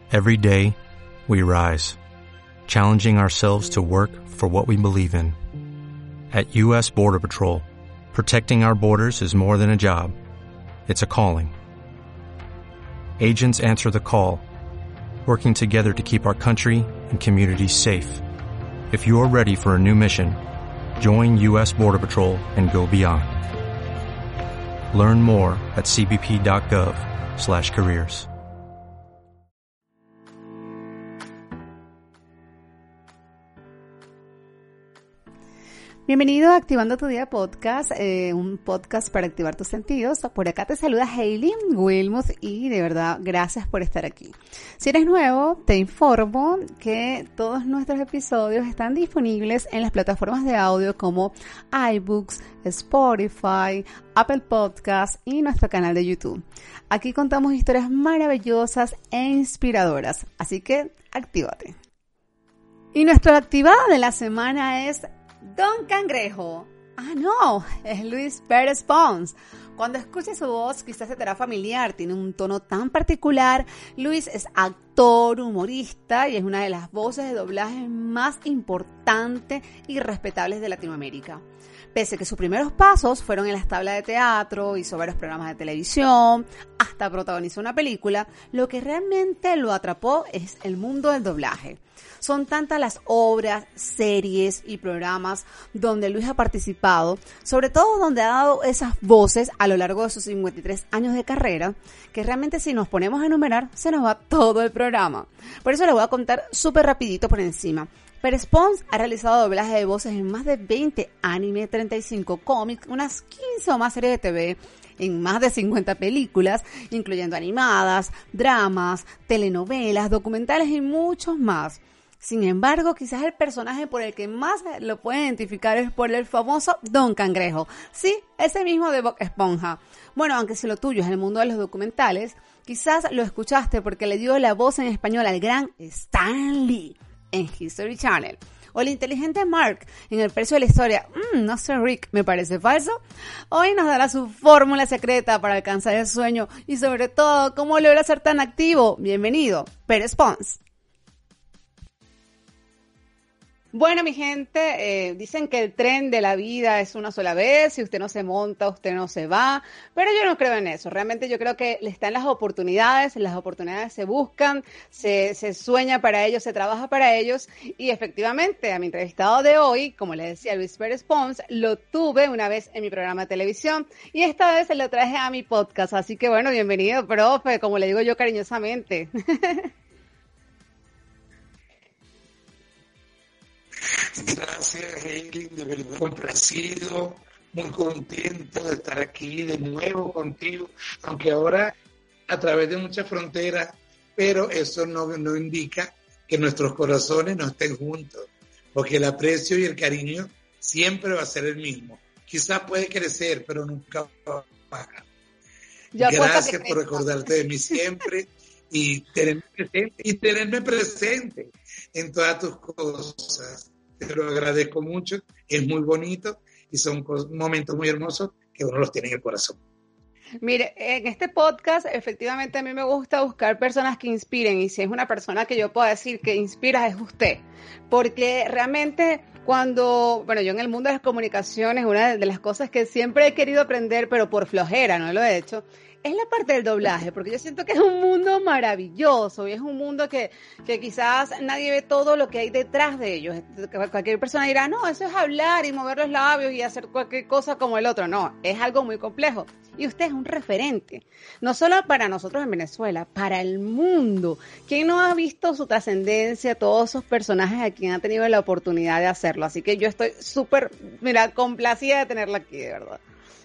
Every day, we rise, challenging ourselves to work for what we believe in. At U.S. Border Patrol, protecting our borders is more than a job. It's a calling. Agents answer the call, working together to keep our country and communities safe. If you're ready for a new mission, join U.S. Border Patrol and go beyond. Learn more at cbp.gov/careers. Bienvenido a Activando tu Día Podcast, un podcast para activar tus sentidos. Por acá te saluda Hailey Wilmuth y de verdad gracias por estar aquí. Si eres nuevo, te informo que todos nuestros episodios están disponibles en las plataformas de audio como iBooks, Spotify, Apple Podcasts y nuestro canal de YouTube. Aquí contamos historias maravillosas e inspiradoras, así que actívate. Y nuestra activada de la semana es Don Cangrejo. No, es Luis Pérez Pons. Cuando escuches su voz quizás se te hará familiar, tiene un tono tan particular. Luis es actor, humorista y es una de las voces de doblaje más importantes y respetables de Latinoamérica. Pese a que sus primeros pasos fueron en las tablas de teatro, hizo varios programas de televisión, hasta protagonizó una película, lo que realmente lo atrapó es el mundo del doblaje. Son tantas las obras, series y programas donde Luis ha participado, sobre todo donde ha dado esas voces a lo largo de sus 53 años de carrera, que realmente si nos ponemos a enumerar se nos va todo el programa. Por eso les voy a contar súper rapidito por encima. Pérez Pons ha realizado doblaje de voces en más de 20 anime, 35 cómics, unas 15 o más series de TV, en más de 50 películas, incluyendo animadas, dramas, telenovelas, documentales y muchos más. Sin embargo, quizás el personaje por el que más lo pueden identificar es por el famoso Don Cangrejo. Sí, ese mismo de Bob Esponja. Bueno, aunque si lo tuyo es el mundo de los documentales, quizás lo escuchaste porque le dio la voz en español al gran Stan Lee en History Channel. O el inteligente Mark en El precio de la historia. No sé, Rick, me parece falso. Hoy nos dará su fórmula secreta para alcanzar el sueño y sobre todo, cómo logra ser tan activo. Bienvenido, Pérez Pons. Bueno, mi gente, dicen que el tren de la vida es una sola vez, si usted no se monta, usted no se va, pero yo no creo en eso. Realmente yo creo que están las oportunidades se buscan, se sueña para ellos, se trabaja para ellos y efectivamente a mi entrevistado de hoy, como le decía Luis Pérez Pons, lo tuve una vez en mi programa de televisión y esta vez lo traje a mi podcast, así que bueno, bienvenido, profe, como le digo yo cariñosamente. Gracias, Hailey, de verdad complacido, muy contento de estar aquí de nuevo contigo, aunque ahora a través de muchas fronteras, pero eso no indica que nuestros corazones no estén juntos, porque el aprecio y el cariño siempre va a ser el mismo. Quizás puede crecer, pero nunca va a bajar. Gracias por recordarte de mí siempre y tenerme presente en todas tus cosas. Te lo agradezco mucho, es muy bonito y son momentos muy hermosos que uno los tiene en el corazón. Mire, en este podcast efectivamente a mí me gusta buscar personas que inspiren y si es una persona que yo puedo decir que inspira es usted, porque realmente yo en el mundo de las comunicaciones una de las cosas que siempre he querido aprender pero por flojera no lo he hecho, es la parte del doblaje, porque yo siento que es un mundo maravilloso y es un mundo que quizás nadie ve todo lo que hay detrás de ellos. Cualquier persona dirá, no, eso es hablar y mover los labios y hacer cualquier cosa como el otro. No, es algo muy complejo. Y usted es un referente, no solo para nosotros en Venezuela, para el mundo. ¿Quién no ha visto su trascendencia, todos esos personajes a quien ha tenido la oportunidad de hacerlo? Así que yo estoy súper, complacida de tenerla aquí, de verdad.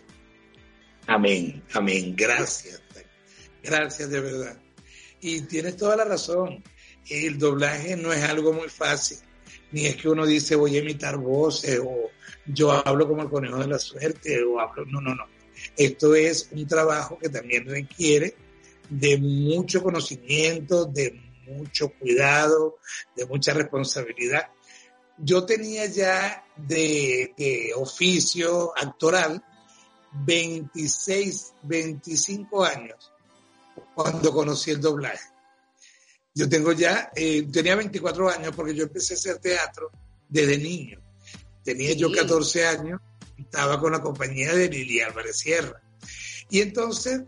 Amén, gracias de verdad. Y tienes toda la razón, el doblaje no es algo muy fácil, ni es que uno dice voy a imitar voces o yo hablo como el conejo de la suerte o hablo, no. Esto es un trabajo que también requiere de mucho conocimiento, de mucho cuidado, de mucha responsabilidad. Yo tenía ya de oficio actoral 26, 25 años cuando conocí el doblaje. Yo tengo ya, tenía 24 años porque yo empecé a hacer teatro desde niño. Tenía yo 14 años, estaba con la compañía de Lili Álvarez Sierra. Y entonces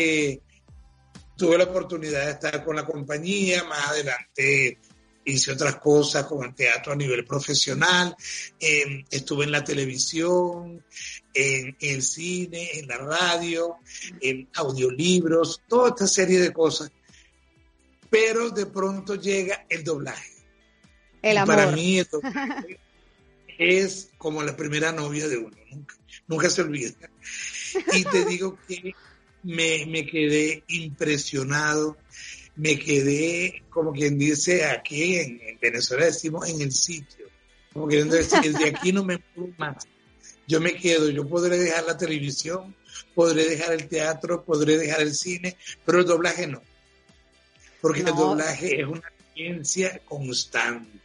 tuve la oportunidad de estar con la compañía, más adelante hice otras cosas como el teatro a nivel profesional, estuve en la televisión, en el cine, en la radio, en audiolibros, toda esta serie de cosas. Pero de pronto llega el doblaje. El amor. Para mí el doblaje es como la primera novia de uno, nunca se olvida. Y te digo que me quedé impresionado, me quedé, como quien dice aquí en Venezuela decimos, en el sitio. Como queriendo decir, de aquí no me muevo más. Yo me quedo, yo podré dejar la televisión, podré dejar el teatro, podré dejar el cine, pero el doblaje no. Porque el doblaje es una experiencia constante.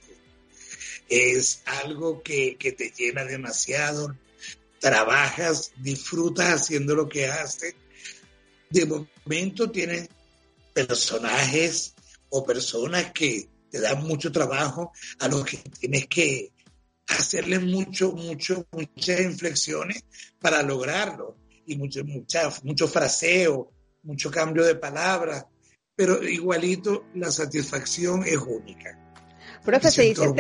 Es algo que te llena demasiado. Trabajas, disfrutas haciendo lo que haces. De momento tienes personajes o personas que te dan mucho trabajo, a los que tienes que hacerles muchas inflexiones para lograrlo. Y mucho fraseo, mucho cambio de palabras. Pero igualito la satisfacción es única. Profe, se dice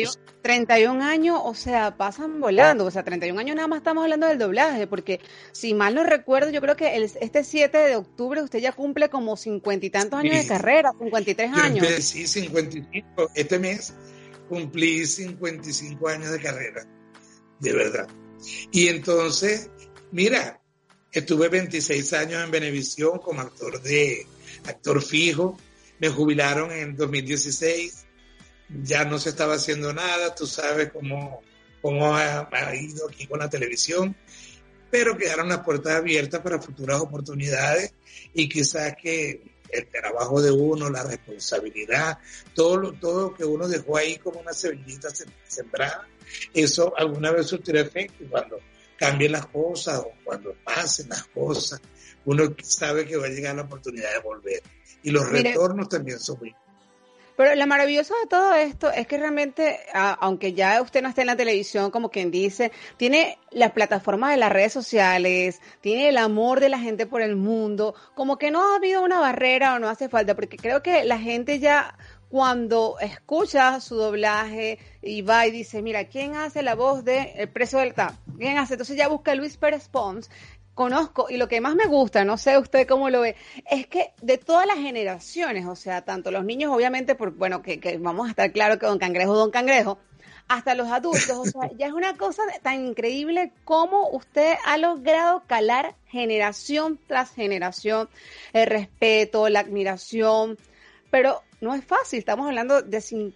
31 años, o sea, pasan volando, o sea, 31 años nada más estamos hablando del doblaje, porque si mal no recuerdo, yo creo que este 7 de octubre usted ya cumple como 50 y tantos años de carrera, 53 años. Sí, 55, este mes cumplí 55 años de carrera, de verdad. Y entonces, mira, estuve 26 años en Venevisión como actor fijo, me jubilaron en 2016, ya no se estaba haciendo nada, tú sabes cómo ha ido aquí con la televisión, pero quedaron las puertas abiertas para futuras oportunidades y quizás que el trabajo de uno, la responsabilidad, todo lo que uno dejó ahí como una semillita sembrada, eso alguna vez surtirá efecto y cuando cambien las cosas o cuando pasen las cosas, uno sabe que va a llegar la oportunidad de volver. Y los retornos también son muy importantes. Pero lo maravilloso de todo esto es que realmente, aunque ya usted no esté en la televisión, como quien dice, tiene las plataformas de las redes sociales, tiene el amor de la gente por el mundo, como que no ha habido una barrera o no hace falta, porque creo que la gente ya cuando escucha su doblaje y va y dice, mira, ¿quién hace la voz de El Precio del TAP? ¿Quién hace? Entonces ya busca a Luis Pérez Pons. Conozco, y lo que más me gusta, no sé usted cómo lo ve, es que de todas las generaciones, o sea, tanto los niños, obviamente, que vamos a estar claro que Don Cangrejo, hasta los adultos, o sea, ya es una cosa tan increíble como usted ha logrado calar generación tras generación, el respeto, la admiración, pero no es fácil, estamos hablando de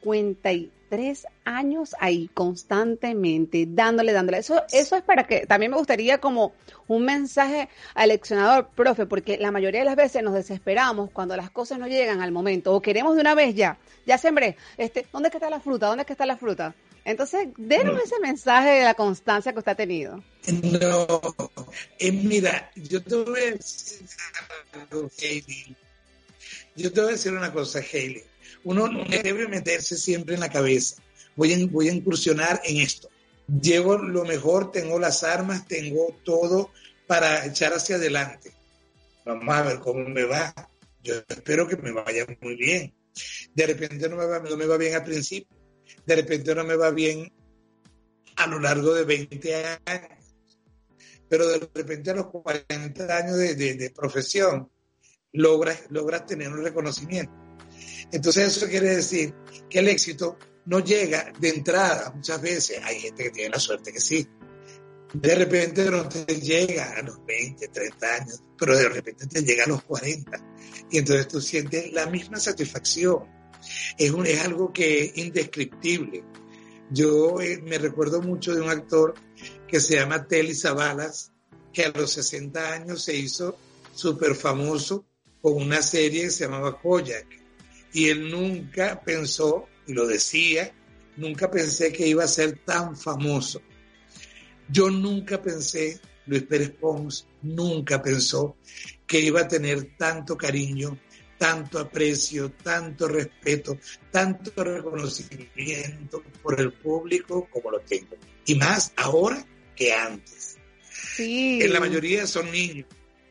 53 años ahí constantemente, dándole. Eso es para que, también me gustaría como un mensaje al leccionador, profe, porque la mayoría de las veces nos desesperamos cuando las cosas no llegan al momento, o queremos de una vez ya sembré, ¿dónde es que está la fruta? ¿Dónde es que está la fruta? Entonces, denos ese mensaje de la constancia que usted ha tenido. No, mira, yo te voy a decir algo, Hailey. Yo te voy a decir una cosa, Hailey. Uno no debe meterse siempre en la cabeza. Voy a incursionar en esto. Llevo lo mejor, tengo las armas, tengo todo para echar hacia adelante. Vamos a ver cómo me va. Yo espero que me vaya muy bien. De repente no me va bien al principio. De repente no me va bien a lo largo de 20 años. Pero de repente a los 40 años de profesión, logras tener un reconocimiento. Entonces eso quiere decir que el éxito no llega de entrada. Muchas veces hay gente que tiene la suerte que sí. De repente no te llega a los 20, 30 años, pero de repente te llega a los 40. Y entonces tú sientes la misma satisfacción. Es algo que es indescriptible. Yo me recuerdo mucho de un actor que se llama Telly Savalas, que a los 60 años se hizo súper famoso con una serie que se llamaba Kojak. Y él nunca pensó, y lo decía, nunca pensé que iba a ser tan famoso. Yo nunca pensé, Luis Pérez Pons nunca pensó que iba a tener tanto cariño, tanto aprecio, tanto respeto, tanto reconocimiento por el público como lo tengo. Y más ahora que antes. Sí. En la mayoría son niños.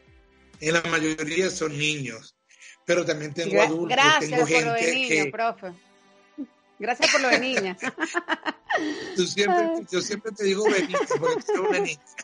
Pero también tengo adultos, gracias tengo por lo de gente niño, que... profe. Gracias por lo de niña. Yo siempre te digo Benita, porque tú eres una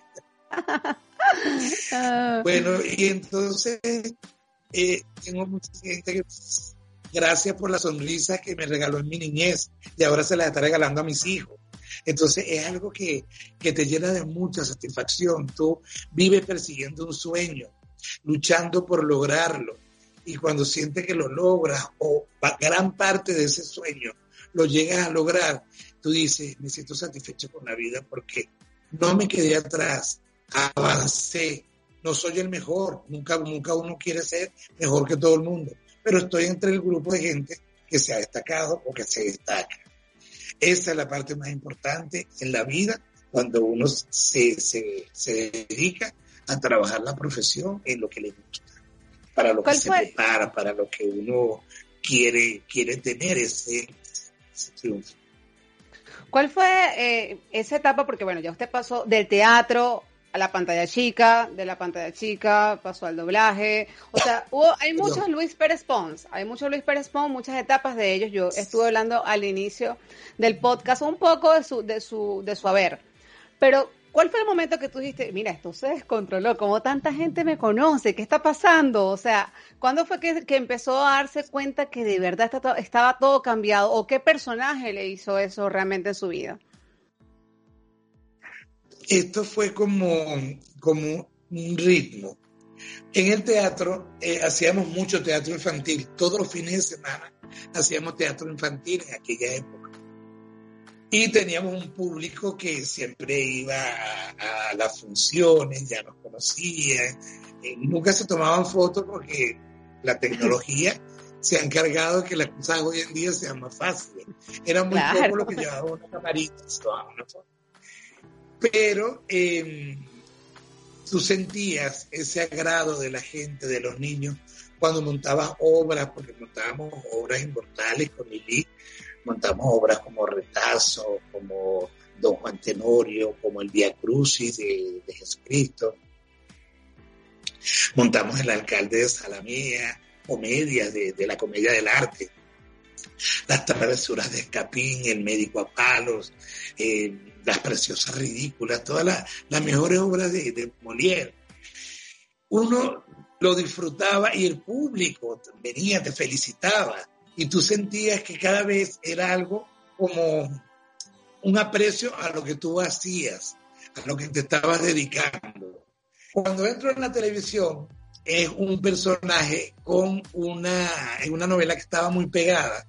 niña. Bueno, y entonces tengo mucha gente que... Gracias por la sonrisa que me regaló en mi niñez y ahora se la está regalando a mis hijos. Entonces es algo que te llena de mucha satisfacción. Tú vives persiguiendo un sueño, luchando por lograrlo. Y cuando sientes que lo logras o gran parte de ese sueño lo llegas a lograr, tú dices, me siento satisfecho con la vida porque no me quedé atrás, avancé. No soy el mejor, nunca uno quiere ser mejor que todo el mundo, pero estoy entre el grupo de gente que se ha destacado o que se destaca. Esa es la parte más importante en la vida cuando uno se dedica a trabajar la profesión en lo que le gusta, para lo que se prepara, para lo que uno quiere tener ese triunfo. ¿Cuál fue esa etapa? Porque bueno, ya usted pasó del teatro a la pantalla chica, de la pantalla chica pasó al doblaje, o sea, hay muchos Luis Pérez Pons, muchas etapas de ellos. Yo estuve hablando al inicio del podcast un poco de su haber, pero ¿cuál fue el momento que tú dijiste, mira, esto se descontroló, cómo tanta gente me conoce, qué está pasando? O sea, ¿cuándo fue que empezó a darse cuenta que de verdad estaba todo cambiado, o qué personaje le hizo eso realmente en su vida? Esto fue como un ritmo. En el teatro hacíamos mucho teatro infantil. Todos los fines de semana hacíamos teatro infantil en aquella época. Y teníamos un público que siempre iba a las funciones, ya nos conocía. Nunca se tomaban fotos porque la tecnología se ha encargado de que las cosas hoy en día sean más fáciles. Era muy poco lo que llevaba una camarita, se tomaba una foto. Pero tú sentías ese agrado de la gente, de los niños, cuando montabas obras, porque montábamos obras inmortales con Lili, montamos obras como Retazo, como Don Juan Tenorio, como el Vía Crucis de Jesucristo. Montamos El Alcalde de Salamea, comedias de la comedia del arte. Las travesuras de Escapín, El médico a palos, Las preciosas ridículas, todas las mejores obras de Molière. Uno lo disfrutaba y el público venía, te felicitaba y tú sentías que cada vez era algo como un aprecio a lo que tú hacías, a lo que te estabas dedicando. Cuando entro en la televisión es un personaje en una novela que estaba muy pegada,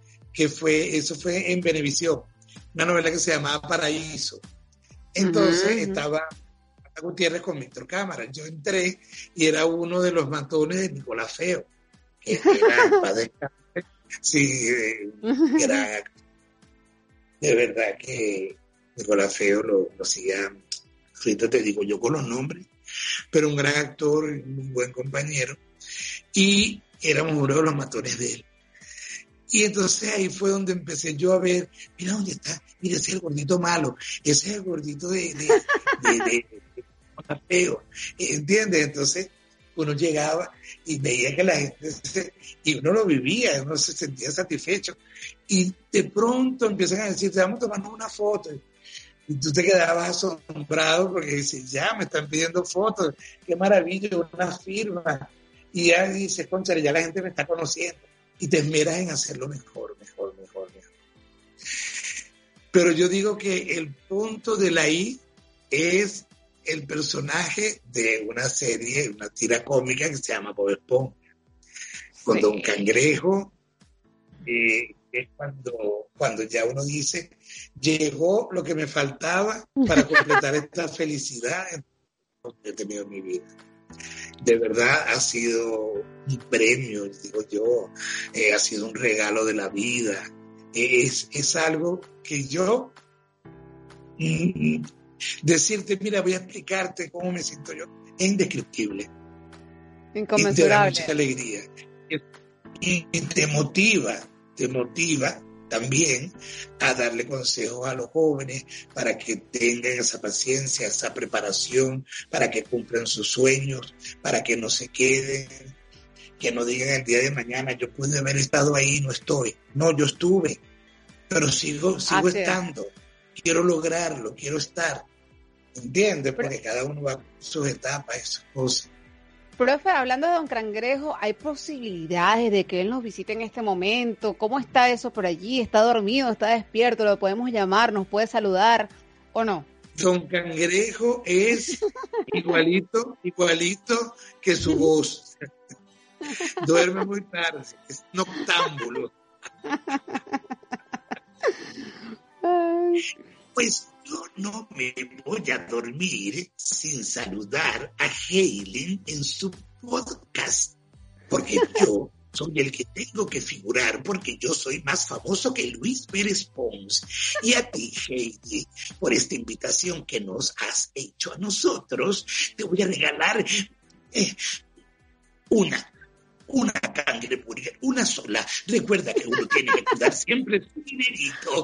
eso fue en Venevisión, una novela que se llamaba Paraíso. Entonces estaba Gutiérrez con Víctor Cámara. Yo entré y era uno de los matones de Nicolás Feo, que era sí, era de verdad que Nicolás Feo lo hacía, ahorita te digo yo con los nombres, pero un gran actor, un buen compañero, y éramos uno de los matones de él. Y entonces ahí fue donde empecé yo a ver, mira dónde está, mira ese es el gordito malo, ese es el gordito de Feo, ¿entiendes? Entonces uno llegaba y veía que la gente y uno lo vivía, uno se sentía satisfecho, y de pronto empiezan a decir, vamos a tomarnos una foto, y tú te quedabas asombrado porque dices, ya me están pidiendo fotos, qué maravilla, una firma, y ya dices, concha, ya la gente me está conociendo, y te esmeras en hacerlo mejor. Pero yo digo que el punto de la I es el personaje de una serie, una tira cómica que se llama Bob Esponja, con Don Cangrejo. Es cuando ya uno dice, llegó lo que me faltaba para completar esta felicidad que he tenido en mi vida. De verdad ha sido un premio, digo yo, ha sido un regalo de la vida. Es algo que yo, decirte, mira, voy a explicarte cómo me siento yo, es indescriptible. Inconmensurable. Y te da mucha alegría. y te motiva también a darle consejos a los jóvenes para que tengan esa paciencia, esa preparación, para que cumplan sus sueños, para que no se queden, que no digan el día de mañana, yo pude haber estado ahí, no estoy. No, yo estuve, pero sigo estando. Quiero lograrlo, quiero estar. ¿Entiendes? Porque cada uno va con sus etapas y sus cosas. Profe, hablando de don Cangrejo, ¿hay posibilidades de que él nos visite en este momento? ¿Cómo está eso por allí? ¿Está dormido? ¿Está despierto? ¿Lo podemos llamar? ¿Nos puede saludar o no? Don Cangrejo es igualito que su voz. Duerme muy tarde, es noctámbulo. Pues yo no me voy a dormir sin saludar a Helen en su podcast, porque yo soy el que tengo que figurar, porque yo soy más famoso que Luis Pérez Pons. Y a ti, Heidi, por esta invitación que nos has hecho a nosotros, te voy a regalar una cangreburger, una sola. Recuerda que uno tiene que cuidar siempre su dinerito.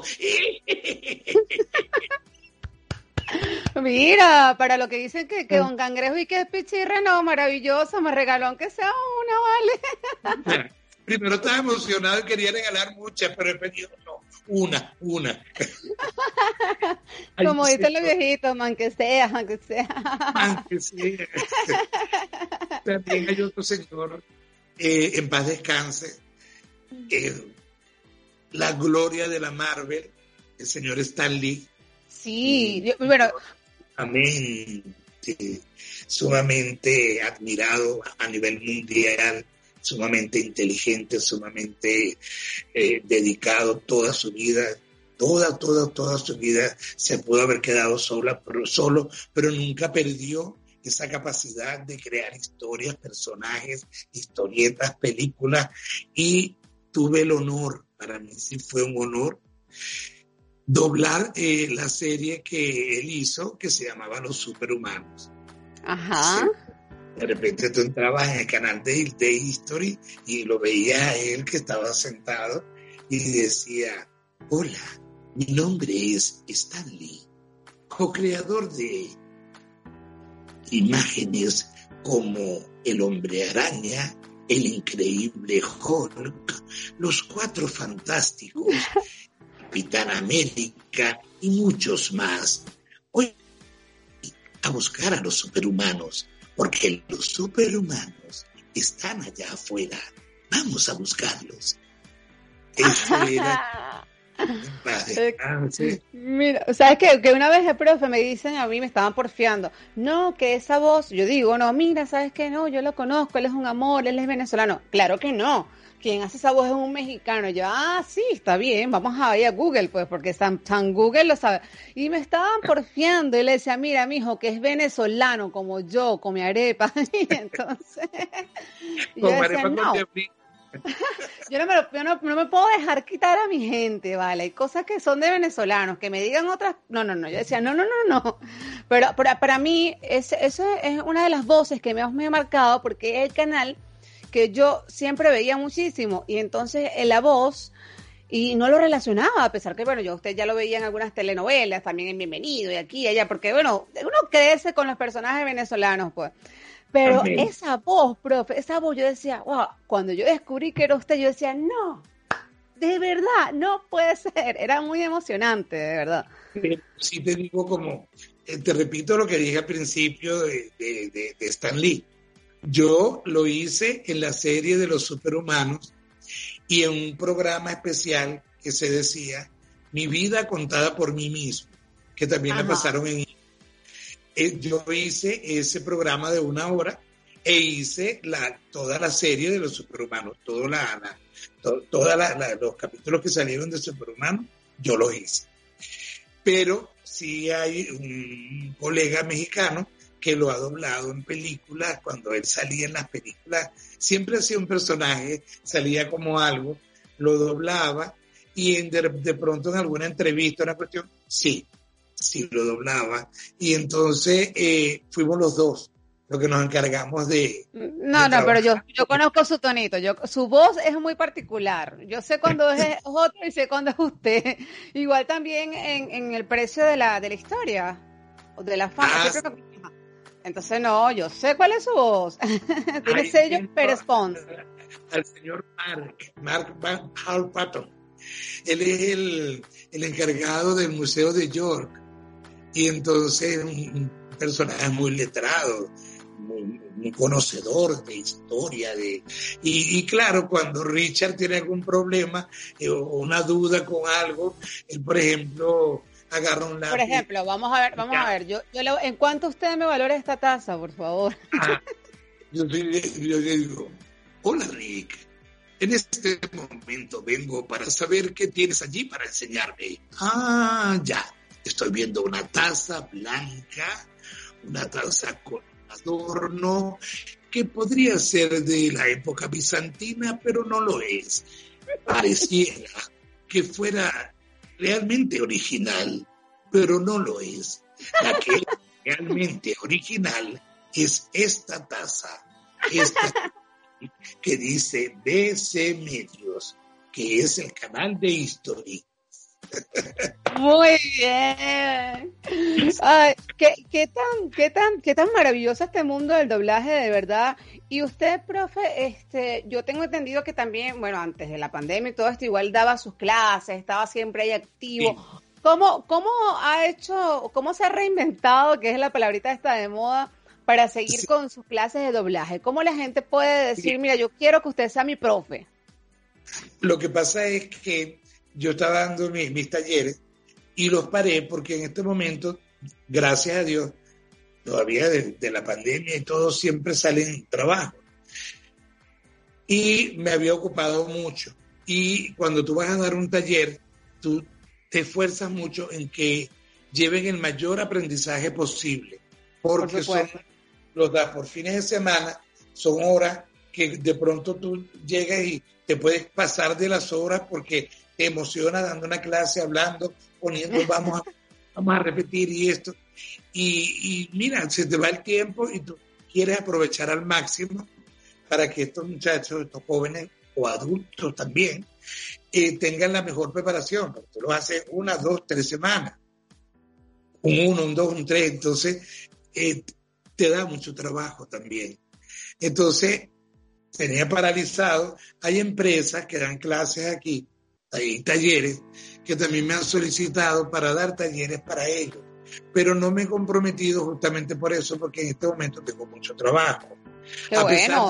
Mira, para lo que dicen que don Cangrejo y que es pichirre, no, maravilloso, me regaló aunque sea una, ¿vale? Primero estaba emocionado y quería regalar muchas, pero he pedido una. Como dicen los viejitos, man que sea. También hay otro señor, en paz descanse, la gloria de la Marvel, el señor Stan Lee. Sí, bueno. Amén. Sumamente admirado a nivel mundial, sumamente inteligente, sumamente dedicado toda su vida. Toda su vida se pudo haber quedado solo, pero nunca perdió esa capacidad de crear historias, personajes, historietas, películas, y tuve el honor, para mí sí fue un honor, doblar la serie que él hizo, que se llamaba Los Superhumanos. Ajá. Sí. De repente tú entrabas en el canal de History y lo veías a él que estaba sentado y decía, hola, mi nombre es Stan Lee, co-creador de imágenes como El Hombre Araña, El Increíble Hulk, Los Cuatro Fantásticos, Capitán América y muchos más. Hoy a buscar a los superhumanos, porque los superhumanos están allá afuera. Vamos a buscarlos. Eso era... Mira, ¿sabes qué? Que una vez el profe me dicen a mí, me estaban porfiando, no, que esa voz, yo digo, no, mira, ¿sabes qué? No, yo lo conozco, él es un amor, él es venezolano. Claro que no, quien hace esa voz es un mexicano. Yo, sí, está bien, vamos a ir a Google, pues, porque San Google lo sabe. Y me estaban porfiando y le decía, mira, mijo, que es venezolano como yo, con mi arepa. Y entonces, yo decía, no. Yo no me puedo dejar quitar a mi gente, ¿vale? Hay cosas que son de venezolanos, que me digan otras... No. Yo decía, no. Pero para mí, eso es una de las voces que me ha marcado, porque es el canal que yo siempre veía muchísimo. Y entonces, en la voz... Y no lo relacionaba, a pesar que, bueno, usted ya lo veía en algunas telenovelas, también en Bienvenido y aquí y allá, porque, bueno, uno crece con los personajes venezolanos, pues. Pero esa voz, profe, yo decía, wow, cuando yo descubrí que era usted, yo decía, no, de verdad, no puede ser. Era muy emocionante, de verdad. Sí te digo te repito lo que dije al principio de Stan Lee. Yo lo hice en la serie de Los Superhumanos y en un programa especial que se decía Mi vida contada por mí mismo, que también la pasaron en... Yo hice ese programa de 1 hora e hice toda la serie de Los Superhumanos, todos los capítulos que salieron de Superhumanos, yo los hice. Pero sí hay un colega mexicano que lo ha doblado en películas. Cuando él salía en las películas, siempre hacía un personaje, salía como algo, lo doblaba, y de pronto en alguna entrevista, una cuestión, sí lo doblaba, y entonces fuimos los dos, lo que nos encargamos de No, trabajar. pero yo conozco su tonito, su voz es muy particular. Yo sé cuando es otro y sé cuando es usted. Igual también en el precio de la historia, o de la fama. Ah, Siempre entonces, no, yo sé cuál es su voz. Tiene ahí sello tengo Pérez Pons. al señor Mark Van Halpaton. Él es el encargado del Museo de York. Y entonces un personaje muy letrado, muy conocedor de historia. Y claro, cuando Richard tiene algún problema o una duda con algo, él, por ejemplo, agarra un lápiz. Por ejemplo, vamos a ver. ¿En cuánto usted me valora esta taza, por favor? Yo le digo, hola Rick, en este momento vengo para saber qué tienes allí para enseñarme. Ya, estoy viendo una taza blanca, una taza con adorno, que podría ser de la época bizantina, pero no lo es. Pareciera que fuera realmente original, pero no lo es. La que es realmente original es esta taza, que dice BC Medios, que es el canal de History. Muy bien. Ay, qué tan maravilloso este mundo del doblaje, de verdad. Y usted, profe, yo tengo entendido que también, bueno, antes de la pandemia y todo esto, igual daba sus clases, estaba siempre ahí activo. Sí. ¿Cómo se ha reinventado, que es la palabrita esta de moda, para seguir con sus clases de doblaje? ¿Cómo la gente puede decir, mira, yo quiero que usted sea mi profe? Lo que pasa es que yo estaba dando mis talleres y los paré porque en este momento, gracias a Dios, todavía de la pandemia y todo, siempre salen trabajos. Y me había ocupado mucho. Y cuando tú vas a dar un taller, tú te esfuerzas mucho en que lleven el mayor aprendizaje posible. Porque los das por fines de semana, son horas que de pronto tú llegas y te puedes pasar de las horas porque te emociona dando una clase, hablando, poniendo, vamos a repetir y esto. Y mira, se te va el tiempo y tú quieres aprovechar al máximo para que estos muchachos, estos jóvenes o adultos también, tengan la mejor preparación. Porque tú lo haces 1, 2, 3 semanas. Un 1, un 2, un 3. Entonces, te da mucho trabajo también. Entonces, tenía paralizado. Hay empresas que dan clases aquí, hay talleres que también me han solicitado para dar talleres para ellos, pero no me he comprometido justamente por eso, porque en este momento tengo mucho trabajo. ¡Qué bueno!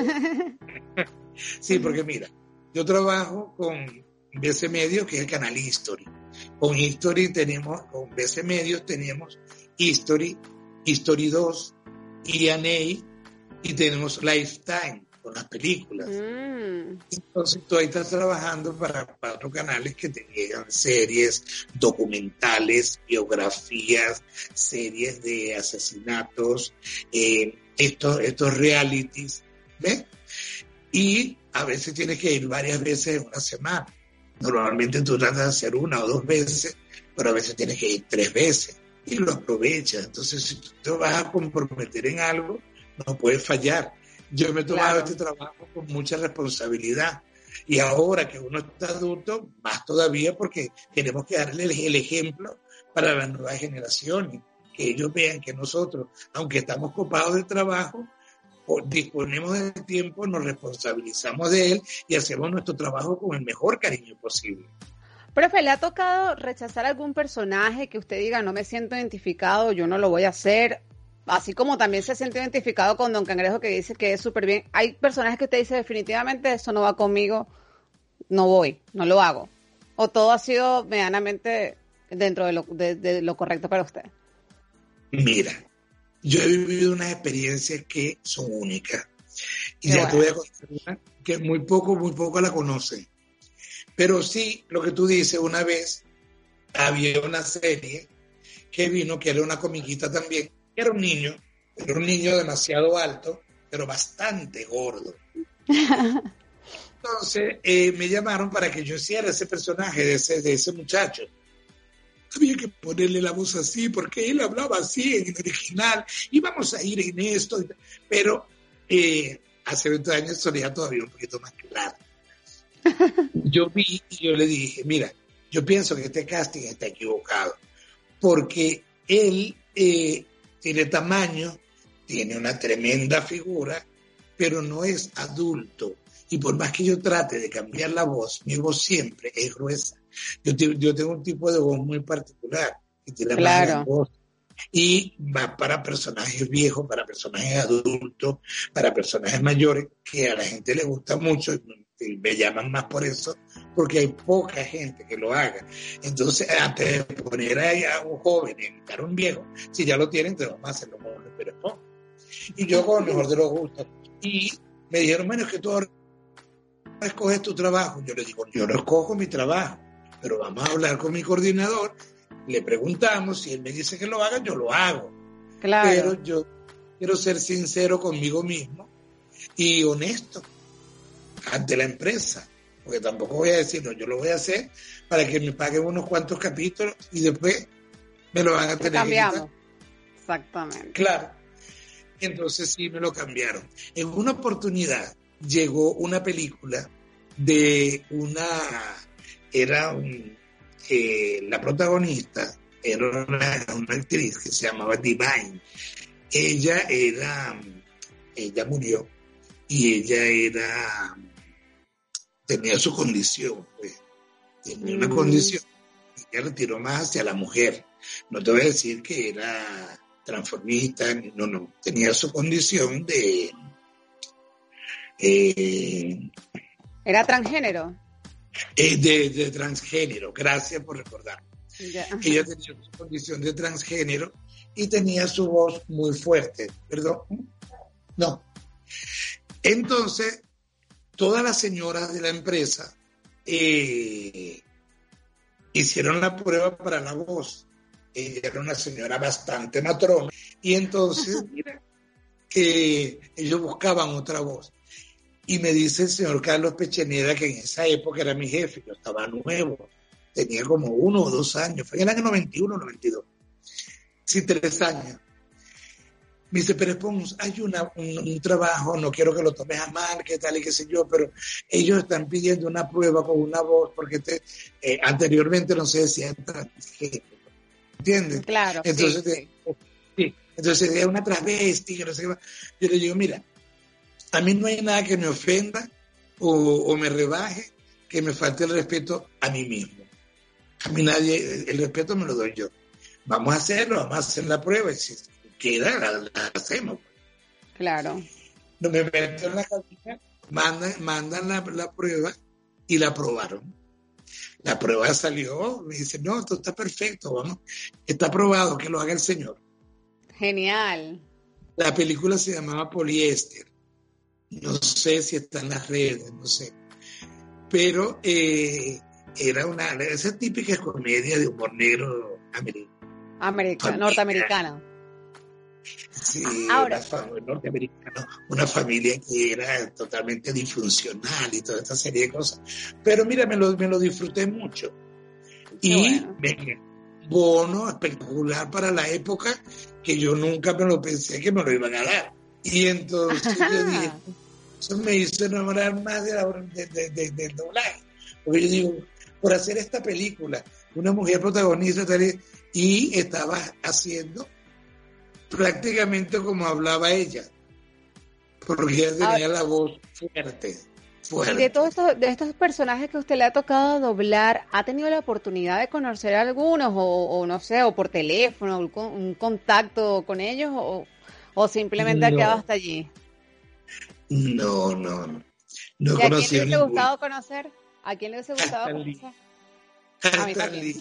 Sí, porque mira, yo trabajo con BC Medios, que es el canal History. Con BC Medios tenemos History, History 2, E&A, y tenemos Lifetime con las películas. Entonces tú ahí estás trabajando para 4 canales que te llegan series, documentales, biografías, series de asesinatos, estos realities, ¿ves? Y a veces tienes que ir varias veces en una semana. Normalmente tú tratas de hacer 1 o 2 veces, pero a veces tienes que ir 3 veces y lo aprovechas. Entonces, si tú te vas a comprometer en algo, no puedes fallar. Yo me he tomado este trabajo con mucha responsabilidad y ahora que uno está adulto, más todavía, porque tenemos que darle el ejemplo para las nuevas generaciones, que ellos vean que nosotros, aunque estamos copados de trabajo, disponemos del tiempo, nos responsabilizamos de él y hacemos nuestro trabajo con el mejor cariño posible. Profe, ¿le ha tocado rechazar algún personaje que usted diga, no me siento identificado, yo no lo voy a hacer? Así como también se siente identificado con Don Cangrejo, que dice que es súper bien. Hay personajes que usted dice, definitivamente eso no va conmigo, no voy, no lo hago. ¿O todo ha sido medianamente dentro de lo correcto para usted? Mira, yo he vivido unas experiencias que son únicas. Y ya te voy a contar una que muy poco la conocen. Pero sí, lo que tú dices, una vez había una serie que vino, que era una comiquita también. Era un niño demasiado alto, pero bastante gordo. Entonces me llamaron para que yo hiciera ese personaje de ese muchacho. había que ponerle la voz así, porque él hablaba así en el original, y vamos a ir en esto. Pero hace 20 años sonía todavía un poquito más claro. Yo vi y yo le dije, mira, yo pienso que este casting está equivocado, porque él tiene tamaño, tiene una tremenda figura, pero no es adulto. Y por más que yo trate de cambiar la voz, mi voz siempre es gruesa. Yo tengo un tipo de voz muy particular, que tiene más voz. Y va para personajes viejos, para personajes adultos, para personajes mayores, que a la gente le gusta mucho, y me llaman más por eso, porque hay poca gente que lo haga. Entonces, antes de poner a un joven y imitar a un viejo, si ya lo tienen, entonces vamos a hacerlo mejor, pero no. Y yo con el mejor de los gustos. Y me dijeron, bueno, es que tú ahora escoges tu trabajo. Yo le digo, yo no escojo mi trabajo, pero vamos a hablar con mi coordinador, le preguntamos, si él me dice que lo haga, yo lo hago. Claro. Pero yo quiero ser sincero conmigo mismo y honesto ante la empresa, porque tampoco voy a decir, no, yo lo voy a hacer para que me paguen unos cuantos capítulos y después me lo van a tener que quitar. Exactamente. Claro. Entonces sí me lo cambiaron. En una oportunidad llegó una película de la protagonista era una actriz que se llamaba Divine. Ella murió y ella tenía su condición, pues, tenía una condición, y ella retiró más hacia la mujer. No te voy a decir que era transformista, no, tenía su condición de... ¿Era transgénero? De transgénero, gracias por recordar. Yeah. Ella tenía su condición de transgénero y tenía su voz muy fuerte, perdón, no. Entonces, todas las señoras de la empresa hicieron la prueba para la voz. Ella era una señora bastante matrona y entonces, mira, ellos buscaban otra voz. Y me dice el señor Carlos Pecheneda, que en esa época era mi jefe, yo estaba nuevo, tenía como 1 o 2 años, fue en el año 91 o 92, sí, 3 años. Me dice, pero Pons, hay un trabajo, no quiero que lo tomes a mal, qué tal y qué sé yo, pero ellos están pidiendo una prueba con una voz, porque anteriormente no se decía transgénero, ¿entiendes? Claro, entonces, sí. Entonces es una travesti, que no sé qué más. Yo le digo, mira, a mí no hay nada que me ofenda o me rebaje, que me falte el respeto a mí mismo. A mí nadie, el respeto me lo doy yo. Vamos a hacerlo, vamos a hacer la prueba y si queda, la hacemos. Claro. No me meto en la cabina, mandan la prueba y la aprobaron. La prueba salió, me dice, no, esto está perfecto, vamos, está aprobado, que lo haga el señor. Genial. La película se llamaba Poliéster. No sé si está en las redes, no sé. Pero era esa típica comedia de humor negro norteamericana. Sí, ahora, norteamericano, una familia que era totalmente disfuncional y toda esta serie de cosas. Pero mira, me lo disfruté mucho. Y bueno, bono espectacular para la época que yo nunca me lo pensé que me lo iban a dar. Y entonces yo dije, eso me hizo enamorar más del doblaje. Porque yo digo, por hacer esta película, una mujer protagonista y estaba haciendo prácticamente como hablaba ella, porque ella tenía la voz fuerte. Y de estos personajes que a usted le ha tocado doblar, ¿ha tenido la oportunidad de conocer a algunos o no sé, o por teléfono, un contacto con ellos o simplemente ha quedado hasta allí? No he conocido. ¿A quién le hubiese gustado conocer? ¿A quién le hubiese gustado conocer? A mí también.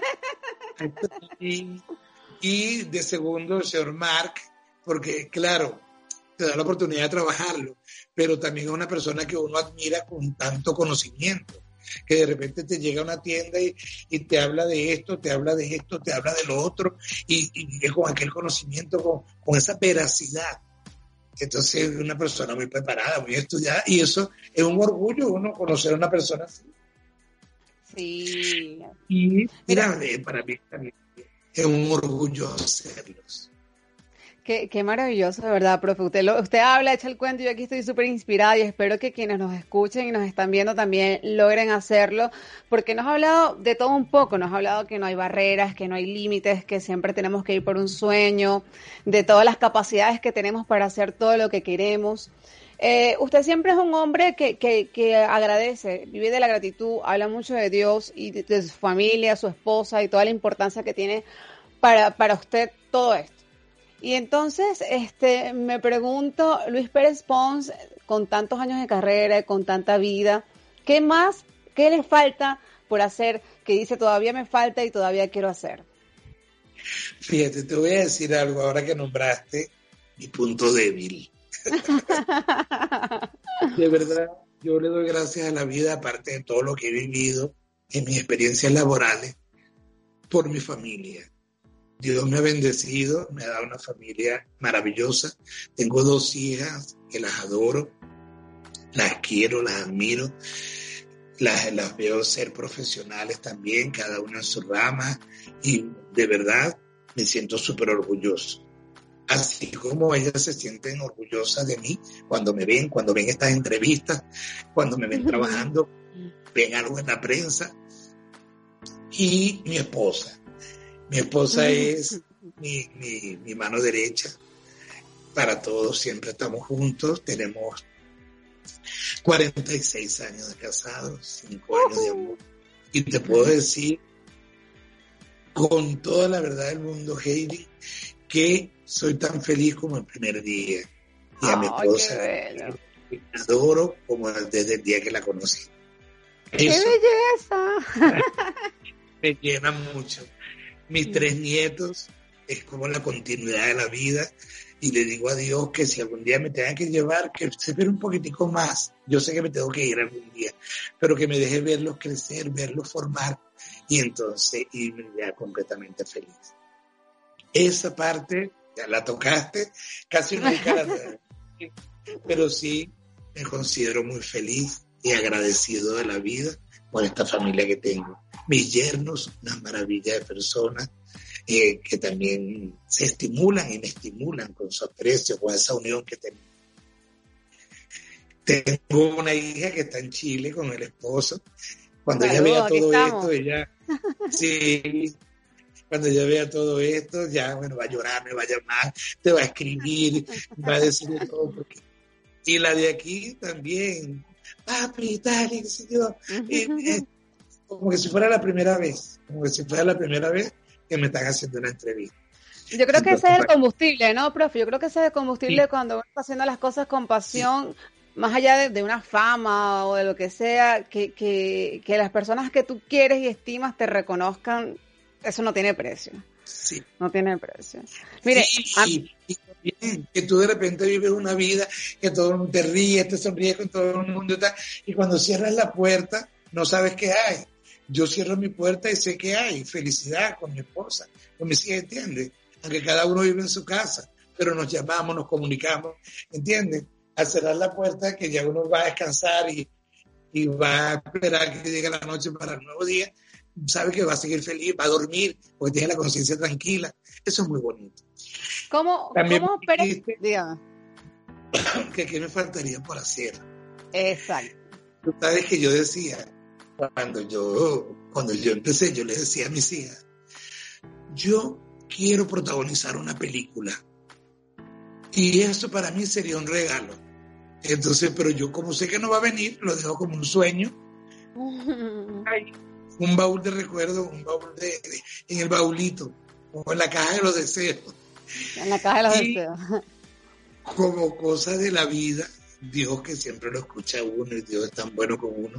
Y de segundo, el señor Mark, porque claro, te da la oportunidad de trabajarlo, pero también es una persona que uno admira con tanto conocimiento, que de repente te llega a una tienda y te habla de esto, te habla de esto, te habla de lo otro, y con aquel conocimiento, con esa veracidad. Entonces es una persona muy preparada, muy estudiada, y eso es un orgullo uno conocer a una persona así. Sí. Y Mira, para mí también es un orgullo hacerlos. qué maravilloso, de verdad, profe. Usted habla, echa el cuento, yo aquí estoy súper inspirada y espero que quienes nos escuchen y nos están viendo también logren hacerlo, porque nos ha hablado de todo un poco, nos ha hablado que no hay barreras, que no hay límites, que siempre tenemos que ir por un sueño, de todas las capacidades que tenemos para hacer todo lo que queremos. Usted siempre es un hombre que agradece, vive de la gratitud, habla mucho de Dios y de su familia, su esposa y toda la importancia que tiene para usted todo esto. Y entonces, me pregunto, Luis Pérez Pons, con tantos años de carrera, con tanta vida, ¿qué más, qué le falta por hacer que dice todavía me falta y todavía quiero hacer? Fíjate, te voy a decir algo ahora que nombraste mi punto débil. De verdad, yo le doy gracias a la vida, aparte de todo lo que he vivido en mis experiencias laborales, por mi familia. Dios me ha bendecido, me ha dado una familia maravillosa. Tengo 2 hijas que las adoro, las quiero, las admiro, las veo ser profesionales también, cada una en su rama, y de verdad me siento súper orgulloso. Así como ellas se sienten orgullosas de mí cuando ven estas entrevistas, cuando me ven trabajando, ven algo en la prensa. Y mi esposa es mi mano derecha para todos, siempre estamos juntos, tenemos 46 años de casados, 5 años de amor. Y te puedo decir con toda la verdad del mundo, Heidi, que soy tan feliz como el primer día. Y a mi esposa la adoro como desde el día que la conocí. ¡Qué belleza! Me llena mucho. Mis 3 nietos es como la continuidad de la vida, y le digo a Dios que si algún día me tenga que llevar, que se espere un poquitico más. Yo sé que me tengo que ir algún día, pero que me deje verlos crecer, verlos formar, y entonces irme ya completamente feliz. Esa parte ya la tocaste, casi nunca la... pero sí me considero muy feliz y agradecido de la vida por esta familia que tengo. Mis yernos, una maravilla de personas que también se estimulan y me estimulan con su aprecio, con esa unión que tenemos. Tengo una hija que está en Chile con el esposo. Cuando ella vea todo esto, cuando ella vea todo esto, ya, bueno, va a llorar, me va a llamar, te va a escribir, va a decir todo. Y la de aquí también, papi, tal, y qué sé yo. Como que si fuera la primera vez, que me están haciendo una entrevista. Yo creo que ese es el combustible, ¿no, profe? Yo creo que ese es el combustible sí. Cuando uno está haciendo las cosas con pasión, sí. Más allá de una fama o de lo que sea, que las personas que tú quieres y estimas te reconozcan, eso no tiene precio. Sí. No tiene precio. Mire, sí, y también que tú de repente vives una vida que todo el mundo te ríe, te sonríe con todo el mundo y cuando cierras la puerta no sabes qué hay. Yo cierro mi puerta y sé qué hay, felicidad con mi esposa, con mis hijas, ¿entiendes? Aunque cada uno vive en su casa, pero nos llamamos, nos comunicamos, ¿entiendes? Al cerrar la puerta, que ya uno va a descansar y va a esperar que llegue la noche para el nuevo día, sabe que va a seguir feliz, va a dormir, porque tiene la conciencia tranquila. Eso es muy bonito. ¿Cómo dígame. ¿Qué me faltaría por hacer? Exacto. Tú sabes que yo decía, cuando yo empecé, yo les decía a mis hijas, yo quiero protagonizar una película. Y eso para mí sería un regalo. Entonces, pero yo como sé que no va a venir, lo dejo como un sueño. Ay, un baúl de recuerdos, un baúl en el baúlito, como en la caja de los deseos. En la caja de los deseos. Como cosa de la vida, Dios que siempre lo escucha a uno y Dios es tan bueno con uno,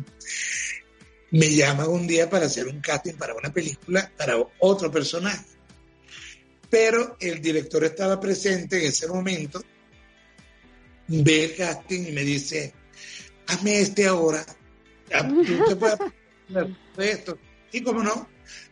me llama un día para hacer un casting para una película, para otro personaje. Pero el director estaba presente en ese momento, ve el casting y me dice, hazme ahora, tú te puedes hacer esto, y cómo no,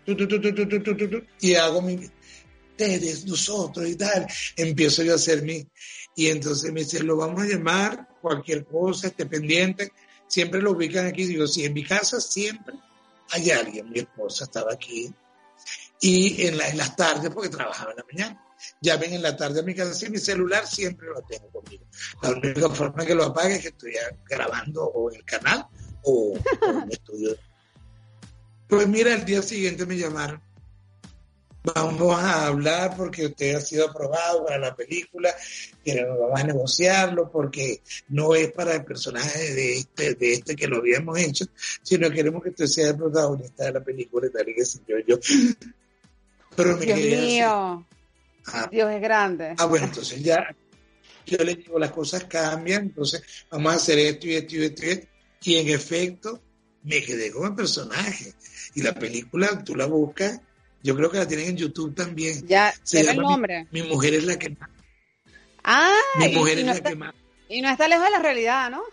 y hago ustedes, nosotros y tal, empiezo yo a hacer y entonces me dice, lo vamos a llamar, cualquier cosa, esté pendiente, siempre lo ubican aquí, digo, sí, en mi casa siempre hay alguien, mi esposa estaba aquí, y en las tardes, porque trabajaba en la mañana, llamen en la tarde a mi casa y mi celular siempre lo tengo conmigo. La única forma que lo apague es que estoy grabando o en el canal o en el estudio. Pues mira, el día siguiente me llamaron. Vamos a hablar porque usted ha sido aprobado para la película, pero vamos a negociarlo porque no es para el personaje de este que lo habíamos hecho, sino queremos que usted sea el protagonista de la película y tal y que sé yo. Pero me Dios quedé mío, así. Dios es grande. Bueno, entonces ya yo le digo, las cosas cambian, entonces vamos a hacer esto y esto y esto y esto. Y en efecto, me quedé con el personaje. Y la película, tú la buscas, yo creo que la tienen en YouTube también. Ya, Se deme el llama nombre. Mi mujer es la que más. Ah, Mi mujer y es no la está, que más. y no está lejos de la realidad, ¿no?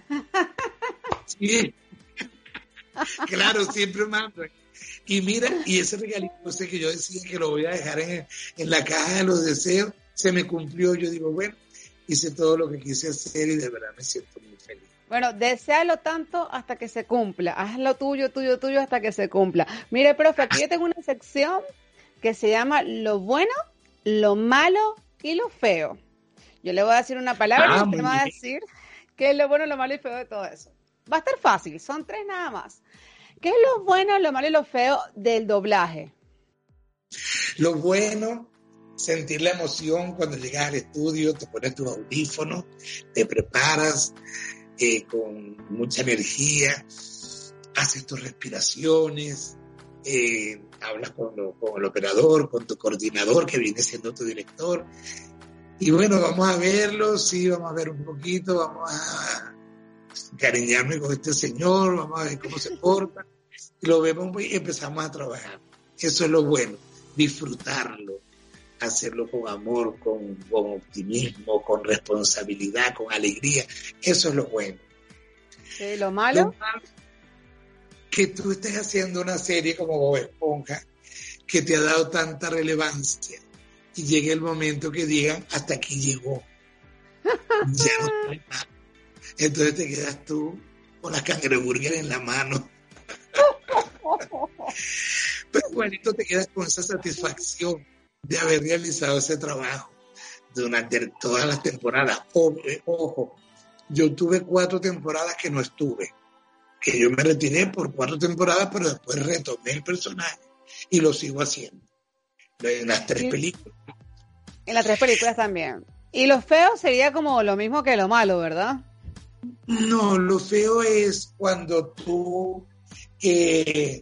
Sí, claro, siempre mando. Y mira, y ese regalito ese que yo decía que lo voy a dejar en la caja de los deseos, se me cumplió. Yo digo, bueno, hice todo lo que quise hacer y de verdad me siento muy feliz. Bueno, deséalo tanto hasta que se cumpla. Haz lo tuyo, tuyo, tuyo hasta que se cumpla. Mire, profe, aquí yo tengo una sección que se llama lo bueno, lo malo y lo feo. Yo le voy a decir una palabra y usted me va a decir qué es lo bueno, lo malo y feo de todo eso. Va a estar fácil, son 3 nada más. ¿Qué es lo bueno, lo malo y lo feo del doblaje? Lo bueno, sentir la emoción cuando llegas al estudio, te pones tus audífonos, te preparas con mucha energía, haces tus respiraciones, hablas con el operador, con tu coordinador que viene siendo tu director. Y bueno, vamos a verlo, sí, vamos a ver un poquito, vamos a cariñarme con este señor, vamos a ver cómo se porta. Y lo vemos y empezamos a trabajar. Eso es lo bueno, disfrutarlo, hacerlo con amor, con optimismo, con responsabilidad, con alegría. Eso es lo bueno. ¿Lo malo? Lo malo, que tú estés haciendo una serie como Bob Esponja, que te ha dado tanta relevancia, y llegue el momento que digan, hasta aquí llegó. Ya no estoy más. Entonces te quedas tú con la cangreburger en la mano. Pero igualito te quedas con esa satisfacción de haber realizado ese trabajo durante todas las temporadas. Ojo, yo tuve 4 temporadas que no estuve, que yo me retiré por 4 temporadas, pero después retomé el personaje y lo sigo haciendo en las 3 películas. En las 3 películas también. Y lo feo sería como lo mismo que lo malo, ¿verdad? No, lo feo es cuando tú te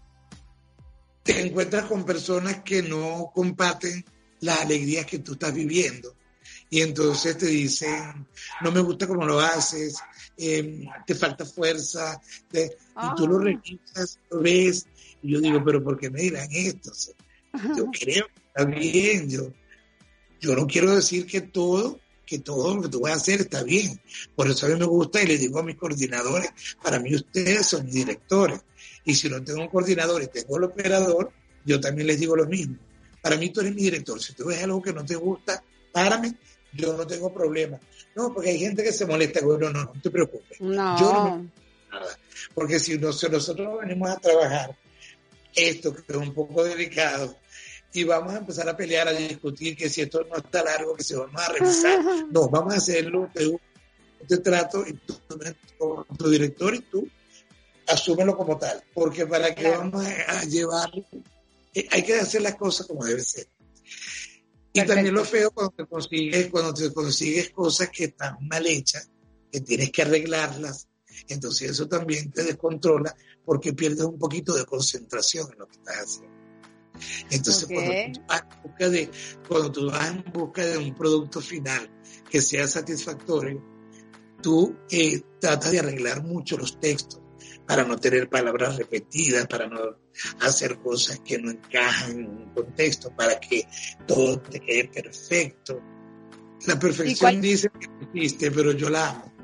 encuentras con personas que no comparten las alegrías que tú estás viviendo. Y entonces te dicen, no me gusta cómo lo haces, te falta fuerza, y tú lo revisas, lo ves, y yo digo, pero ¿por qué me dirán esto? O sea, yo creo que está bien, yo no quiero decir que todo lo que tú vas a hacer está bien. Por eso a mí me gusta y le digo a mis coordinadores, para mí ustedes son mis directores. Y si no tengo un coordinador y tengo el operador, yo también les digo lo mismo. Para mí tú eres mi director. Si tú ves algo que no te gusta, párame, yo no tengo problema. No, porque hay gente que se molesta. Bueno, no te preocupes. No. Yo no me nada. Porque si nosotros venimos a trabajar esto, que es un poco delicado, y vamos a empezar a pelear, a discutir que si esto no está largo, que si vamos a revisar. No, vamos a hacerlo, te trato, y tú, tu director y tú, asúmelo como tal, porque para que vamos a llevarlo, hay que hacer las cosas como debe ser. Y perfecto. También lo feo cuando te consigues cosas que están mal hechas, que tienes que arreglarlas, entonces eso también te descontrola porque pierdes un poquito de concentración en lo que estás haciendo. Entonces cuando tú vas en busca de un producto final que sea satisfactorio, tú tratas de arreglar mucho los textos para no tener palabras repetidas, para no hacer cosas que no encajan en un contexto, para que todo te quede perfecto. La perfección dice que existe, pero yo la amo.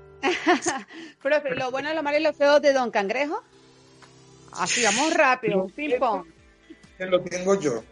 Profe, lo bueno, lo malo y lo feo de Don Cangrejo. Así, vamos rápido, ping pong. Que lo tengo yo.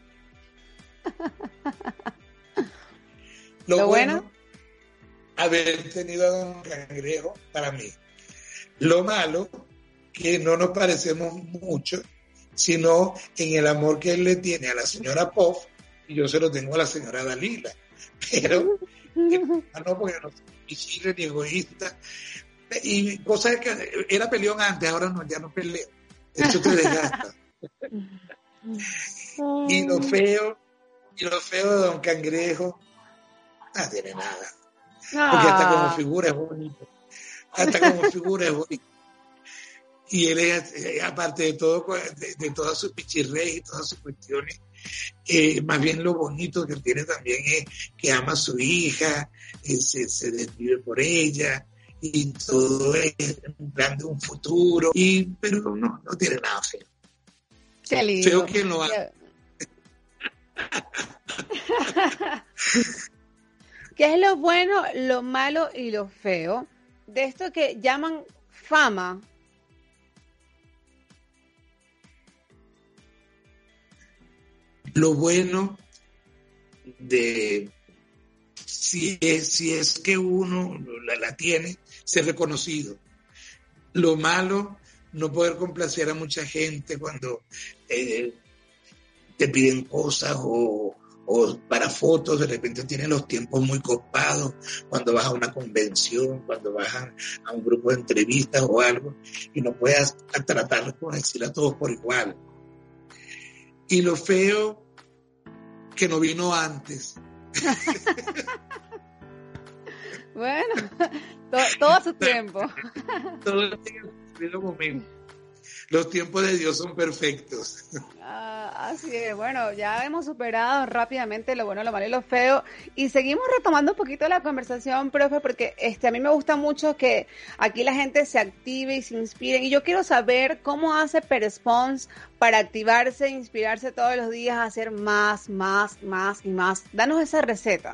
Lo bueno, haber tenido a Don Cangrejo para mí. Lo malo, que no nos parecemos mucho, sino en el amor que él le tiene a la señora Puff, y yo se lo tengo a la señora Dalila. Pero, no, porque no soy ni chile ni egoísta. Y cosas que era peleón antes, ahora no, ya no peleo. Eso te desgasta. Y lo feo de Don Cangrejo, no tiene nada. Porque hasta como figura es bonito. Y él es, aparte de todo, de todas sus pichirres y todas sus cuestiones, más bien lo bonito que tiene también es que ama a su hija, se desvive por ella, y todo es en plan de un futuro, pero no tiene nada feo. Qué lindo. Feo quien lo haga. ¿Qué es lo bueno, lo malo y lo feo de esto que llaman fama? Lo bueno de si es que uno la tiene, ser reconocido. Lo malo, no poder complacer a mucha gente cuando te piden cosas o para fotos, de repente tienen los tiempos muy copados, cuando vas a una convención, cuando vas a un grupo de entrevistas o algo, y no puedes tratar con decir a todos por igual. Y lo feo, que no vino antes. Bueno, todo a su tiempo. Todo tiene su debido momento. Los tiempos de Dios son perfectos. Así es, bueno, ya hemos superado rápidamente lo bueno, lo malo y lo feo, y seguimos retomando un poquito la conversación, profe, porque a mí me gusta mucho que aquí la gente se active y se inspire, y yo quiero saber cómo hace Perespons para activarse, inspirarse todos los días a hacer más y más. Danos esa receta.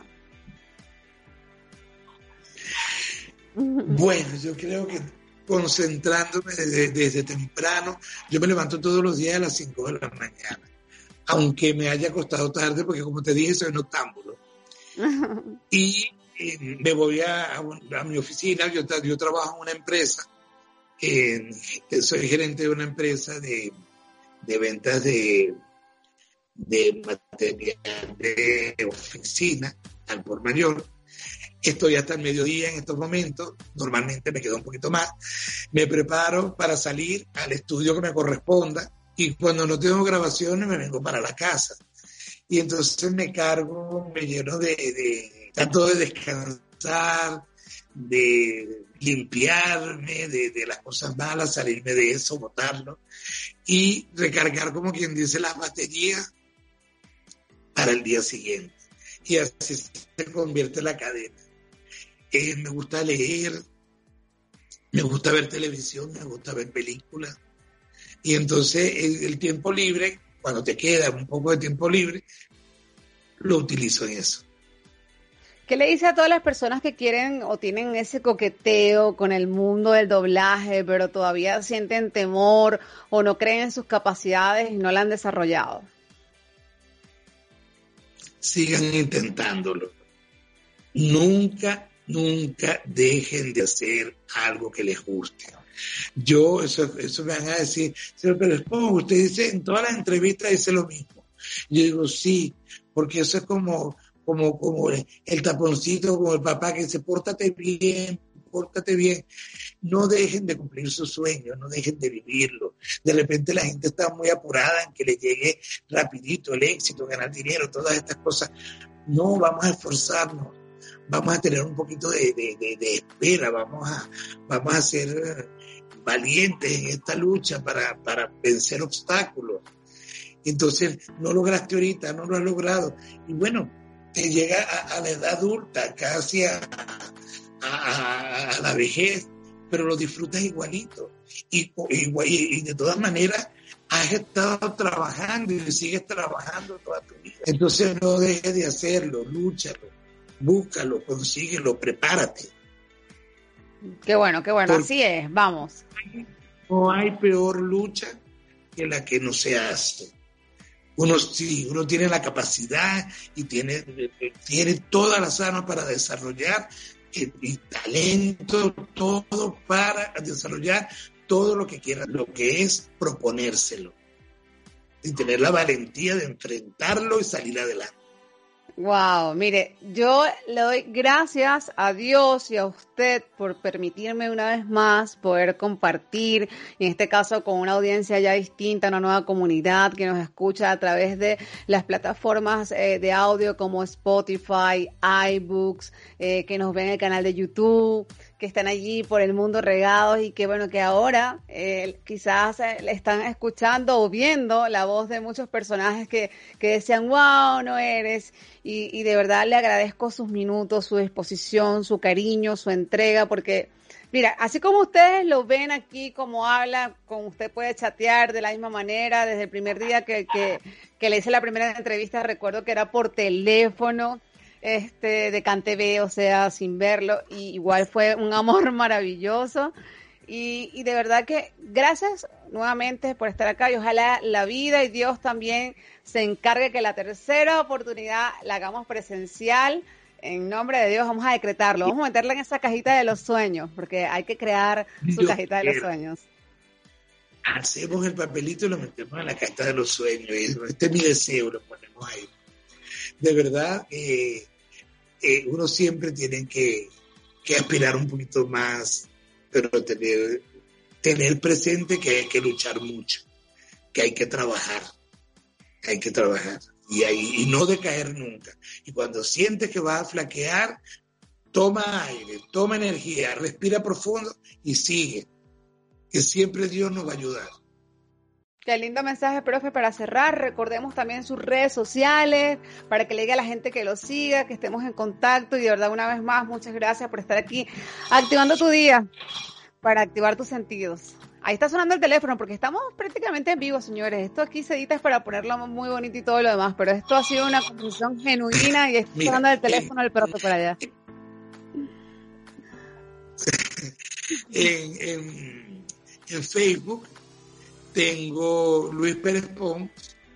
Bueno, yo creo que concentrándome desde temprano, yo me levanto todos los días a las 5 de la mañana, aunque me haya acostado tarde, porque como te dije, soy noctámbulo. Y me voy a mi oficina, yo trabajo en una empresa, soy gerente de una empresa de ventas de material de oficina al por mayor. Estoy hasta el mediodía en estos momentos, normalmente me quedo un poquito más, me preparo para salir al estudio que me corresponda, y cuando no tengo grabaciones me vengo para la casa. Y entonces me lleno trato de descansar, de limpiarme de las cosas malas, salirme de eso, botarlo, y recargar, como quien dice, las baterías para el día siguiente. Y así se convierte la cadena. Me gusta leer, me gusta ver televisión, me gusta ver películas. Y entonces el tiempo libre, cuando te queda un poco de tiempo libre, lo utilizo en eso. ¿Qué le dice a todas las personas que quieren o tienen ese coqueteo con el mundo del doblaje, pero todavía sienten temor o no creen en sus capacidades y no la han desarrollado? Sigan intentándolo. Nunca dejen de hacer algo que les guste. Eso me van a decir, pero usted dice, en todas las entrevistas dice lo mismo. Yo digo, sí, porque eso es como el taponcito, como el papá que dice, pórtate bien. No dejen de cumplir sus sueños, no dejen de vivirlo. De repente la gente está muy apurada en que le llegue rapidito el éxito, ganar dinero, todas estas cosas. No, vamos a esforzarnos, vamos a tener un poquito de espera, vamos a ser valientes en esta lucha para vencer obstáculos. Entonces, no lograste ahorita, no lo has logrado. Y bueno, te llega a la edad adulta, casi a la vejez, pero lo disfrutas igualito. Y de todas maneras, has estado trabajando y sigues trabajando toda tu vida. Entonces, no dejes de hacerlo, lúchalo, búscalo, consíguelo, prepárate. Qué bueno, así es, vamos. No hay peor lucha que la que no se hace. Uno tiene la capacidad y tiene todas las armas para desarrollar y talento, todo para desarrollar, todo lo que quieras, lo que es proponérselo y tener la valentía de enfrentarlo y salir adelante. Wow, mire, yo le doy gracias a Dios y a usted por permitirme una vez más poder compartir, en este caso con una audiencia ya distinta, una nueva comunidad que nos escucha a través de las plataformas de audio como Spotify, iBooks, que nos ven en el canal de YouTube, que están allí por el mundo regados y que bueno, que ahora quizás le están escuchando o viendo la voz de muchos personajes que decían, wow, no eres, y de verdad le agradezco sus minutos, su disposición, su cariño, su entrega, porque mira, así como ustedes lo ven aquí, como habla, con usted puede chatear de la misma manera, desde el primer día que le hice la primera entrevista, recuerdo que era por teléfono, de CanTV, o sea, sin verlo, y igual fue un amor maravilloso, y de verdad que gracias nuevamente por estar acá, y ojalá la vida y Dios también se encargue que la tercera oportunidad la hagamos presencial. En nombre de Dios vamos a decretarlo, vamos a meterla en esa cajita de los sueños, porque hay que crear su cajita de los sueños. Hacemos el papelito y lo metemos en la cajita de los sueños, y este es mi deseo, lo ponemos ahí. De verdad, uno siempre tiene que aspirar un poquito más, pero tener presente que hay que luchar mucho, que hay que trabajar, y no decaer nunca. Y cuando sientes que vas a flaquear, toma aire, toma energía, respira profundo y sigue, que siempre Dios nos va a ayudar. Qué lindo mensaje, profe, para cerrar. Recordemos también sus redes sociales, para que le diga a la gente que lo siga, que estemos en contacto. Y de verdad, una vez más, muchas gracias por estar aquí, activando tu día, para activar tus sentidos. Ahí está sonando el teléfono, porque estamos prácticamente en vivo, señores. Esto aquí se edita es para ponerlo muy bonito y todo lo demás, pero esto ha sido una conversación genuina y está sonando el teléfono del profe por allá. En Facebook tengo Luis Pérez Pons,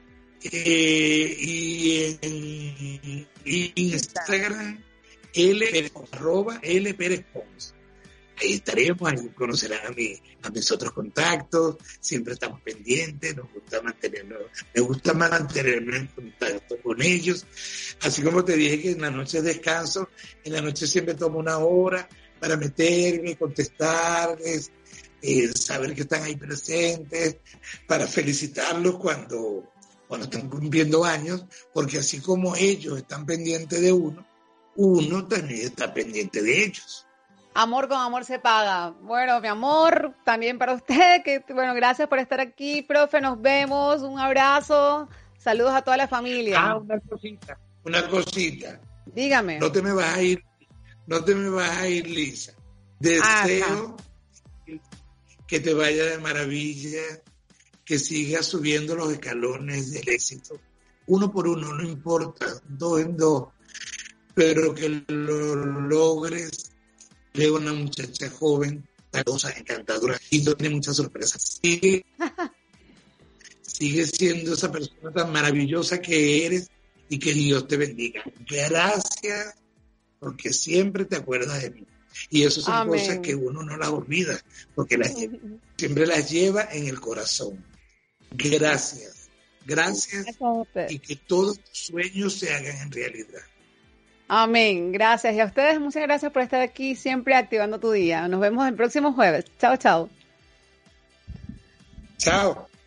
y en Instagram @L Pérez Pons. Ahí estaremos, ahí conocerán a mis otros contactos, siempre estamos pendientes, me gusta mantenerme en contacto con ellos, así como te dije que en la noche descanso, en la noche siempre tomo una hora para meterme, contestarles, saber que están ahí presentes, para felicitarlos cuando están cumpliendo años, porque así como ellos están pendientes de uno también está pendiente de ellos. Amor con amor se paga. Bueno, mi amor, también para usted, gracias por estar aquí, profe, nos vemos, un abrazo, saludos a toda la familia. Una cosita. Dígame. No te me vas a ir, Lisa. Deseo que te vaya de maravilla, que sigas subiendo los escalones del éxito, uno por uno, no importa, 2 en 2, pero que lo logres. Veo una muchacha joven, talentosa, encantadora, y no tiene muchas sorpresas. Sigue siendo esa persona tan maravillosa que eres, y que Dios te bendiga. Gracias, porque siempre te acuerdas de mí. Y eso son Amén. Cosas que uno no las olvida, porque siempre las lleva en el corazón. Gracias, y que todos tus sueños se hagan en realidad. Amén, gracias. Y a ustedes muchas gracias por estar aquí siempre activando tu día. Nos vemos el próximo jueves. Chao, chao. Chao.